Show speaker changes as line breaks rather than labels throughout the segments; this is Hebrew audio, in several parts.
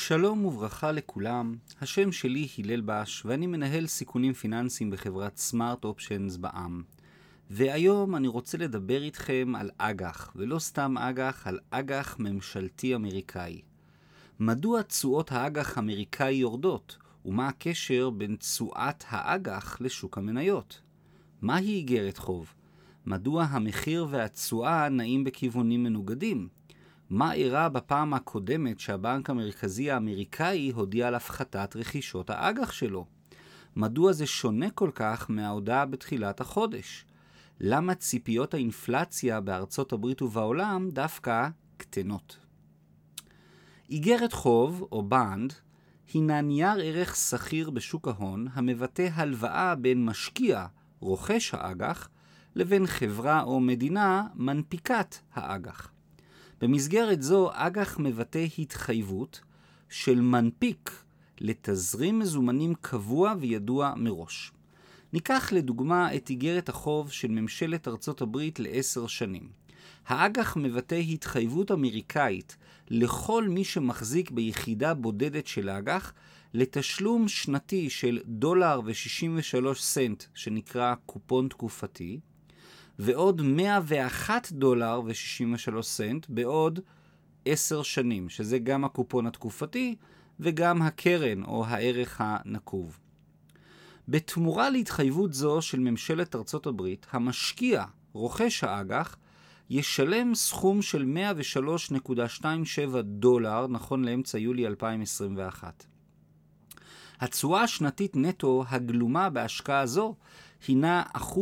שלום וברכה לכולם, השם שלי הלל בש ואני מנהל סיכונים פיננסיים בחברת סמארט אופשנס בע"מ. והיום אני רוצה לדבר איתכם על אג"ח, ולא סתם אג"ח, על אג"ח ממשלתי אמריקאי. מדוע תשואות האג"ח האמריקאי יורדות, ומה הקשר בין תשואת האג"ח לשוק המניות? מהי איגרת חוב? מדוע המחיר והתשואה נעים בכיוונים מנוגדים? מה אירע בפעם הקודמת שהבנק המרכזי האמריקאי הודיע על הפחתת רכישות האג"ח שלו? מדוע זה שונה כל כך מההודעה בתחילת החודש? למה ציפיות האינפלציה בארצות הברית ובעולם דווקא קטנות? איגרת חוב או בנד הינה נייר ערך סחיר בשוק ההון המבטא הלוואה בין משקיע, רוכש האג"ח, לבין חברה או מדינה מנפיקת האג"ח. במסגרת זו אג"ח מבטא התחייבות של מנפיק לתזרים מזומנים קבוע וידוע מראש. ניקח לדוגמה את איגרת החוב של ממשלת ארצות הברית ל10 שנים. האג"ח מבטא התחייבות אמריקאית לכל מי שמחזיק ביחידה בודדת של האג"ח לתשלום שנתי של $1.63 שנקרא קופון תקופתי, ועוד $101.63 בעוד 10 שנים, שזה גם הקופון התקופתי וגם הקרן או הערך הנקוב. בתמורה להתחייבות זו של ממשלת ארצות הברית, המשקיע, רוכש האג"ח, ישלם סכום של $103.27 נכון לאמצע יולי 2021. התשואה השנתית נטו הגלומה בהשקעה זו הינה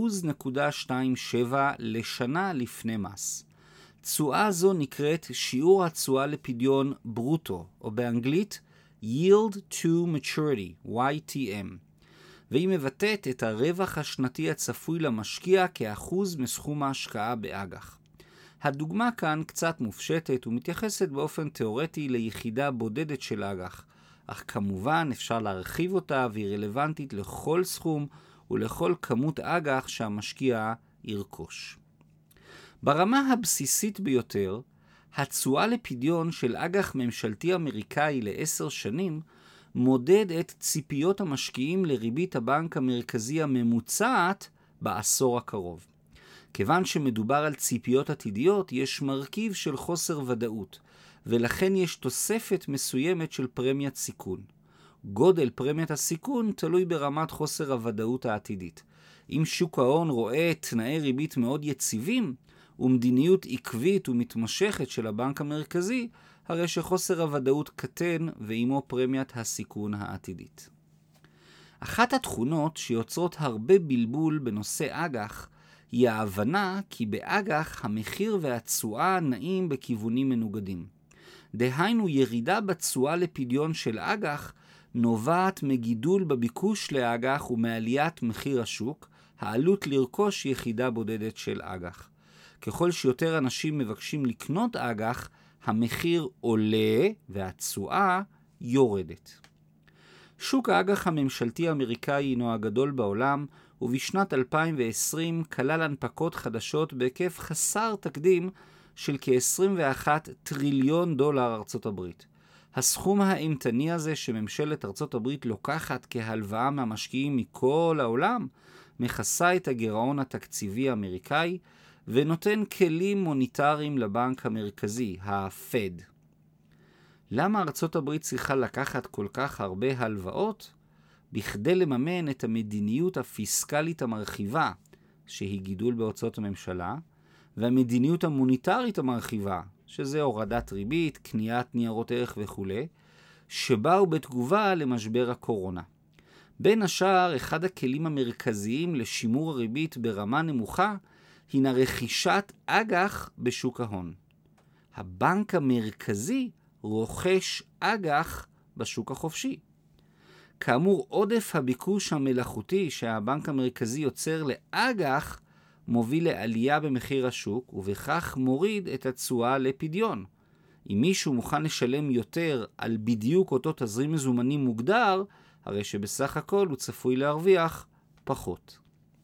1.27% לשנה לפני מס. תשואה זו נקראת שיעור התשואה לפדיון ברוטו, או באנגלית Yield to Maturity, YTM, והיא מבטאת את הרווח השנתי הצפוי למשקיע כאחוז מסכום ההשקעה באג"ח. הדוגמה כאן קצת מופשטת ומתייחסת באופן תיאורטי ליחידה בודדת של אג"ח, אך כמובן אפשר להרחיב אותה והיא רלוונטית לכל סכום ולכל כמות אג"ח שהמשקיע ירכוש. ברמה הבסיסית ביותר, התשואה לפדיון של אג"ח ממשלתי אמריקאי ל10 שנים מודד את ציפיות המשקיעים לריבית הבנק המרכזי הממוצעת בעשור הקרוב. כיוון שמדובר על ציפיות עתידיות, יש מרכיב של חוסר ודאות, ולכן יש תוספת מסוימת של פרמיית סיכון. גודל פרמיית הסיכון תלוי ברמת חוסר הוודאות העתידית. אם שוק ההון רואה תנאי ריבית מאוד יציבים ומדיניות עקבית ומתמשכת של הבנק המרכזי, הרי שחוסר הוודאות קטן ועמו פרמיית הסיכון העתידית. אחת התכונות שיוצרות הרבה בלבול בנושא אג"ח היא ההבנה כי באג"ח המחיר והתשואה נעים בכיוונים מנוגדים. דהיינו ירידה בתשואה לפדיון של אג"ח נובעת מגידול בביקוש לאג"ח ומעליית מחיר השוק, העלות לרכוש יחידה בודדת של אג"ח. ככל שיותר אנשים מבקשים לקנות אג"ח, המחיר עולה והתשואה יורדת. שוק האג"ח הממשלתי האמריקאי הינו הגדול בעולם, ובשנת 2020 כלל הנפקות חדשות בהיקף חסר תקדים של כ-$21 טריליון ארצות הברית. הסכום האימתני הזה שממשלת ארצות הברית לוקחת כהלוואה מהמשקיעים מכל העולם, מכסה את הגירעון התקציבי האמריקאי, ונותן כלים מוניטריים לבנק המרכזי, ה-Fed. למה ארצות הברית צריכה לקחת כל כך הרבה הלוואות? בכדי לממן את המדיניות הפיסקלית המרחיבה, שהיא גידול בהוצאות הממשלה, והמדיניות המוניטרית המרחיבה, שזה הורדת ריבית, קניית ניירות ערך וכו', שבאו בתגובה למשבר הקורונה. בין השאר, אחד הכלים המרכזיים לשימור הריבית ברמה נמוכה, הינה רכישת אג"ח בשוק ההון. הבנק המרכזי רוכש אג"ח בשוק החופשי. כאמור, עודף הביקוש המלאכותי שהבנק המרכזי יוצר לאג"ח מוביל לעלייה במחיר השוק, ובכך מוריד את התשואה לפדיון. אם מישהו מוכן לשלם יותר על בדיוק אותו תזרים מזומנים מוגדר, הרי שבסך הכל הוא צפוי להרוויח פחות.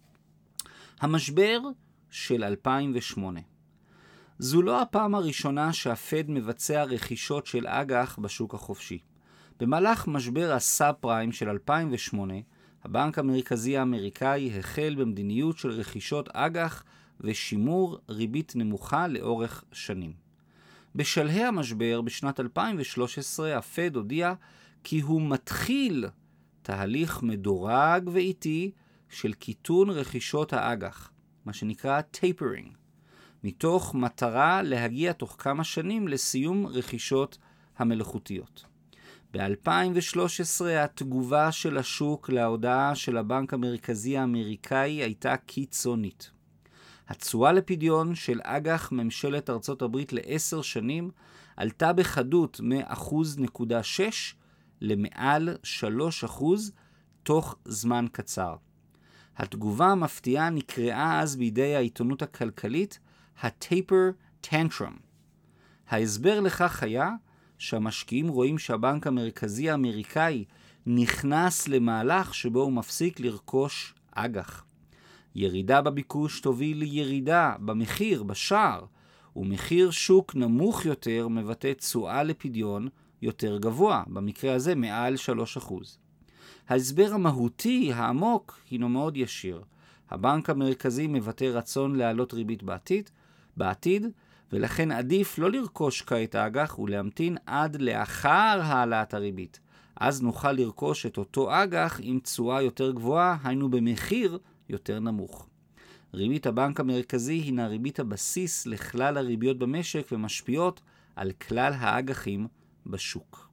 המשבר של 2008. זו לא הפעם הראשונה שהפד מבצע רכישות של אג"ח בשוק החופשי. במהלך משבר הסאב פריים של 2008, הבנק המרכזי האמריקאי החל במדיניות של רכישות אג"ח ושימור ריבית נמוכה לאורך שנים. בשלהי המשבר בשנת 2013 הפד הודיע כי הוא מתחיל תהליך מדורג ואיטי של קיטון רכישות האג"ח, מה שנקרא tapering, מתוך מטרה להגיע תוך כמה שנים לסיום רכישות המלאכותיות. ב-2013 התגובה של השוק להודעה של הבנק המרכזי האמריקאי הייתה קיצונית. התשואה לפדיון של אג"ח ממשלת ארצות הברית ל10 שנים עלתה בחדות מ-1.6% למעל 3% תוך זמן קצר. התגובה המפתיעה נקראה אז בידי העיתונות הכלכלית ה-taper tantrum. ההסבר לכך היה שהמשקיעים רואים שהבנק המרכזי האמריקאי נכנס למהלך שבו הוא מפסיק לרכוש אג"ח. ירידה בביקוש תוביל לירידה במחיר, בשער, ומחיר שוק נמוך יותר מבטא תשואה לפדיון יותר גבוה, במקרה הזה מעל 3%. ההסבר המהותי, העמוק, הינו מאוד ישיר. הבנק המרכזי מבטא רצון להעלות ריבית בעתיד, ולכן עדיף לא לרכוש כעת אג"ח ולהמתין עד לאחר העלאת הריבית. אז נוכל לרכוש את אותו אג"ח עם תשואה יותר גבוהה, היינו במחיר יותר נמוך. ריבית הבנק המרכזי הינה ריבית הבסיס לכלל הריביות במשק ומשפיעות על כלל האג"חים בשוק.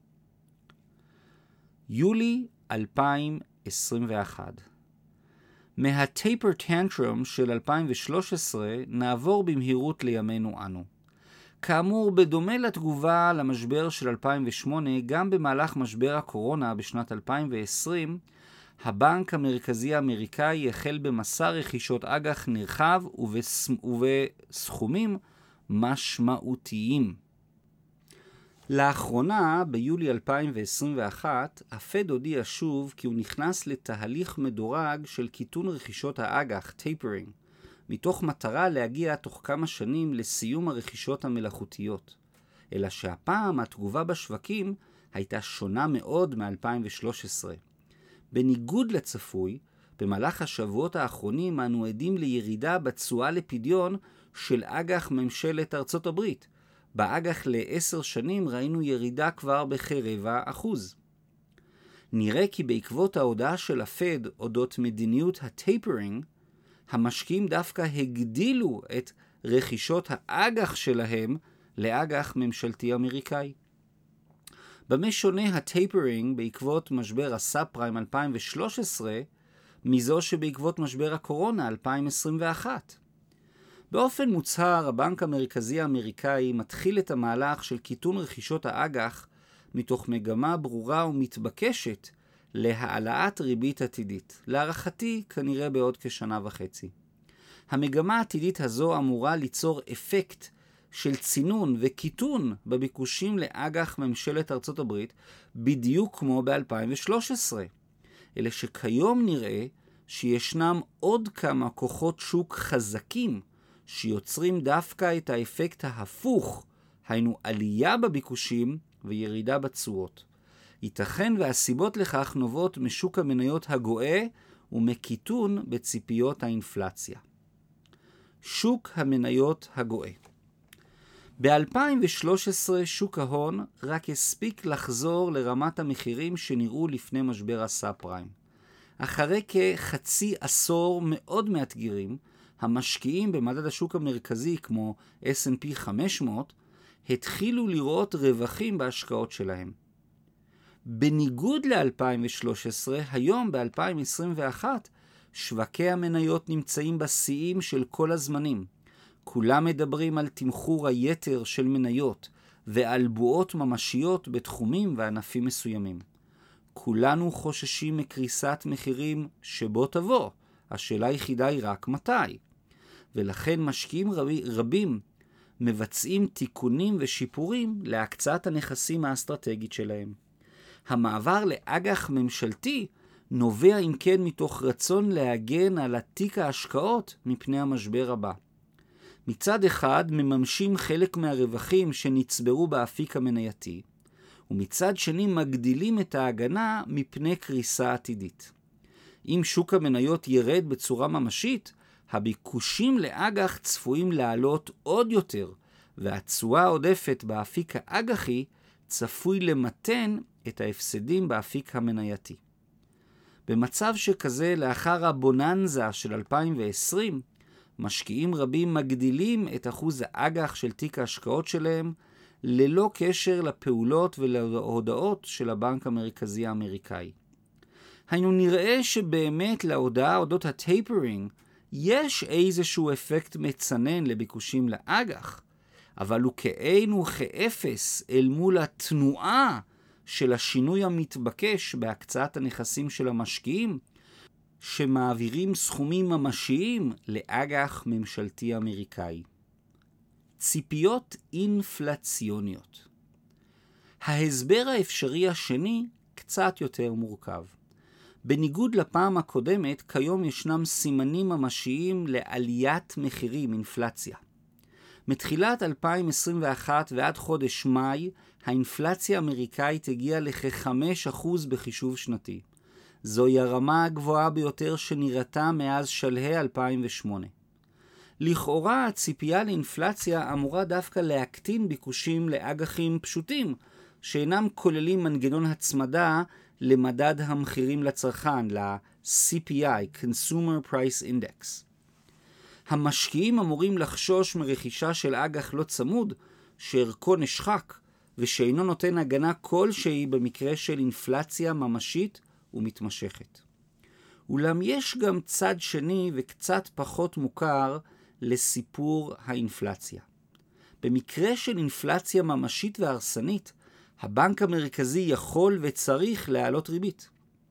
יולי 2021. מהטייפר טנטרום של 2013 נעבור במהירות לימינו אנו. כאמור, בדומה לתגובה למשבר של 2008, גם במהלך משבר הקורונה בשנת 2020, הבנק המרכזי האמריקאי החל במסע רכישות אג"ח נרחב ובסכומים משמעותיים. לאחרונה, ביולי 2021, הפד הודיע שוב כי הוא נכנס לתהליך מדורג של קיטון רכישות האג"ח, טייפרינג, מתוך מטרה להגיע תוך כמה שנים לסיום הרכישות המלאכותיות. אלא שהפעם התגובה בשווקים הייתה שונה מאוד מ-2013. בניגוד לצפוי, במהלך השבועות האחרונים אנו עדים לירידה בתשואה לפדיון של אג"ח ממשלת ארצות הברית. באג"ח ל10 שנים ראינו ירידה כבר בכ0.25%. נראה כי בעקבות ההודעה של הפד אודות מדיניות הטייפרינג, המשקיעים דווקא הגדילו את רכישות האג"ח שלהם לאג"ח ממשלתי אמריקאי. במה שונה הטייפרינג בעקבות משבר הסאב פריים 2013 מזו שבעקבות משבר הקורונה 2021? באופן מוצהר, הבנק המרכזי האמריקאי מתחיל את המהלך של קיטון רכישות האג"ח מתוך מגמה ברורה ומתבקשת להעלאת ריבית עתידית. להערכתי, כנראה בעוד כשנה וחצי. המגמה העתידית הזו אמורה ליצור אפקט של צינון וקיטון בביקושים לאג"ח ממשלת ארצות הברית, בדיוק כמו ב-2013. אלא שכיום נראה שישנם עוד כמה כוחות שוק חזקים שיוצרים דווקא את האפקט ההפוך, היינו עלייה בביקושים וירידה בתשואות. ייתכן והסיבות לכך נובעות משוק המניות הגואה ומקיטון בציפיות האינפלציה. שוק המניות הגואה. ב-2013 שוק ההון רק הספיק לחזור לרמת המחירים שנראו לפני משבר הסאב פריים. אחרי כחצי עשור מאוד מאתגרים, המשקיעים במדד השוק המרכזי כמו S&P 500 התחילו לראות רווחים בהשקעות שלהם. בניגוד ל-2013, היום ב-2021, שווקי המניות נמצאים בשיאים של כל הזמנים. כולם מדברים על תמחור היתר של מניות ועל בועות ממשיות בתחומים וענפים מסוימים. כולנו חוששים מקריסת מחירים שבו תבוא. השאלה היחידה היא רק מתי. ולכן משקיעים רבים מבצעים תיקונים ושיפורים להקצאת הנכסים האסטרטגית שלהם. המעבר לאג"ח ממשלתי נובע אם כן מתוך רצון להגן על עתיק ההשקעות מפני המשבר הבא. מצד אחד מממשים חלק מהרווחים שנצברו באפיק המנייתי, ומצד שני מגדילים את ההגנה מפני קריסה עתידית. אם שוק המניות ירד בצורה ממשית, הביקושים לאג"ח צפויים לעלות עוד יותר, והתשואה העודפת באפיק האג"חי צפוי למתן את ההפסדים באפיק המנייתי. במצב שכזה, לאחר הבוננזה של 2020, משקיעים רבים מגדילים את אחוז האג"ח של תיק ההשקעות שלהם, ללא קשר לפעולות ולהודעות של הבנק המרכזי האמריקאי. היינו נראה שבאמת להודעה אודות הטייפרינג יש איזשהו אפקט מצנן לביקושים לאג"ח, אבל הוא כאין וכאפס אל מול התנועה של השינוי המתבקש בהקצאת הנכסים של המשקיעים, שמעבירים סכומים ממשיים לאג"ח ממשלתי אמריקאי. ציפיות אינפלציוניות. ההסבר האפשרי השני קצת יותר מורכב. בניגוד לפעם הקודמת, כיום ישנם סימנים ממשיים לעליית מחירים, אינפלציה. מתחילת 2021 ועד חודש מאי, האינפלציה האמריקאית הגיעה לכ-5% בחישוב שנתי. זוהי הרמה הגבוהה ביותר שנראתה מאז שלהי 2008. לכאורה הציפייה לאינפלציה אמורה דווקא להקטין ביקושים לאג"חים פשוטים, שאינם כוללים מנגנון הצמדה למדד המחירים לצרכן, ל-CPI, Consumer Price Index. המשקיעים אמורים לחשוש מרכישה של אג"ח לא צמוד, שערכו נשחק, ושאינו נותן הגנה כלשהי במקרה של אינפלציה ממשית ומתמשכת. אולם יש גם צד שני וקצת פחות מוכר לסיפור האינפלציה. במקרה של אינפלציה ממשית והרסנית, הבנק המרכזי יכול וצריך להעלות ריבית.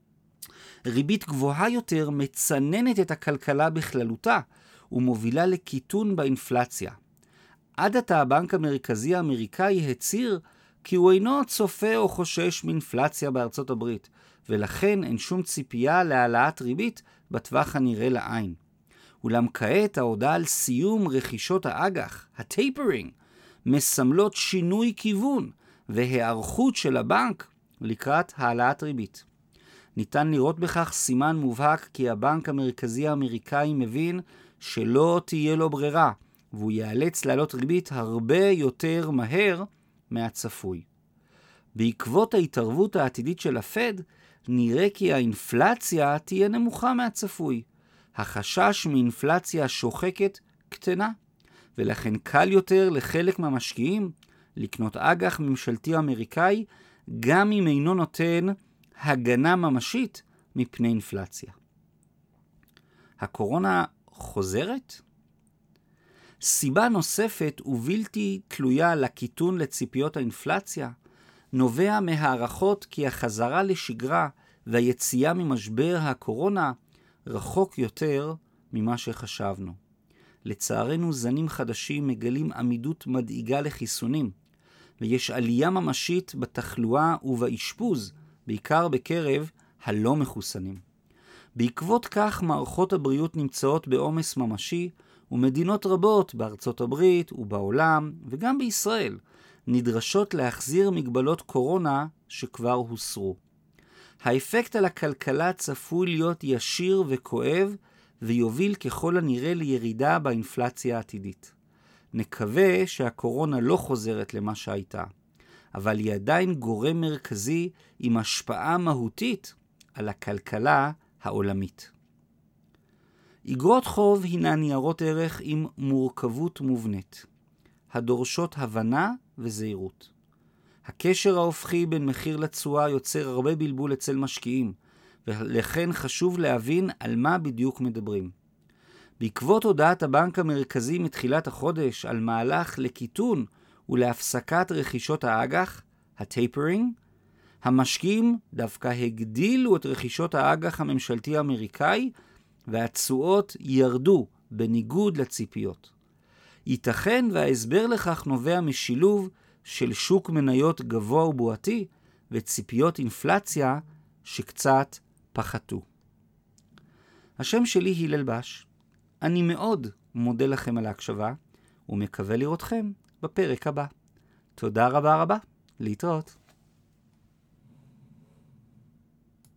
ריבית גבוהה יותר מצננת את הכלכלה בכללותה ומובילה לקיטון באינפלציה. עד עתה הבנק המרכזי האמריקאי הצהיר כי הוא אינו צופה או חושש מאינפלציה בארצות הברית, ולכן אין שום ציפייה להעלאת ריבית בטווח הנראה לעין. אולם כעת ההודעה על סיום רכישות האג"ח, הטייפרינג, מסמלות שינוי כיוון והיערכות של הבנק לקראת העלאת ריבית. ניתן לראות בכך סימן מובהק כי הבנק המרכזי האמריקאי מבין שלא תהיה לו ברירה, והוא ייאלץ להעלות ריבית הרבה יותר מהר מהצפוי. בעקבות ההתערבות העתידית של הפד, נראה כי האינפלציה תהיה נמוכה מהצפוי. החשש מאינפלציה שוחקת קטנה, ולכן קל יותר לחלק מהמשקיעים לקנות אג"ח ממשלתי אמריקאי, גם אם אינו נותן הגנה ממשית מפני אינפלציה. הקורונה חוזרת? סיבה נוספת ובלתי תלויה לקיטון לציפיות האינפלציה, נובע מהערכות כי החזרה לשגרה והיציאה ממשבר הקורונה רחוק יותר ממה שחשבנו. לצערנו זנים חדשים מגלים עמידות מדאיגה לחיסונים, ויש עלייה ממשית בתחלואה ובאשפוז, בעיקר בקרב הלא מחוסנים. בעקבות כך מערכות הבריאות נמצאות בעומס ממשי, ומדינות רבות בארצות הברית ובעולם וגם בישראל נדרשות להחזיר מגבלות קורונה שכבר הוסרו. האפקט על הכלכלה צפוי להיות ישיר וכואב ויוביל ככל הנראה לירידה באינפלציה העתידית. נקווה שהקורונה לא חוזרת למה שהייתה, אבל היא עדיין גורם מרכזי עם השפעה מהותית על הכלכלה העולמית. אגרות חוב הינה ניירות ערך עם מורכבות מובנית, הדורשות הבנה וזהירות. הקשר ההופכי בין מחיר לתשואה יוצר הרבה בלבול אצל משקיעים, ולכן חשוב להבין על מה בדיוק מדברים. בעקבות הודעת הבנק המרכזי מתחילת החודש על מהלך לקיטון ולהפסקת רכישות האג"ח, הטייפרינג, המשקיעים דווקא הגדילו את רכישות האג"ח הממשלתי האמריקאי, והתשואות ירדו בניגוד לציפיות. ייתכן וההסבר לכך נובע משילוב של שוק מניות גבוה ובועתי וציפיות אינפלציה שקצת פחתו. השם שלי הלל בש. אני מאוד מודה לכם על ההקשבה ומקווה לראותכם בפרק הבא. תודה רבה רבה. להתראות.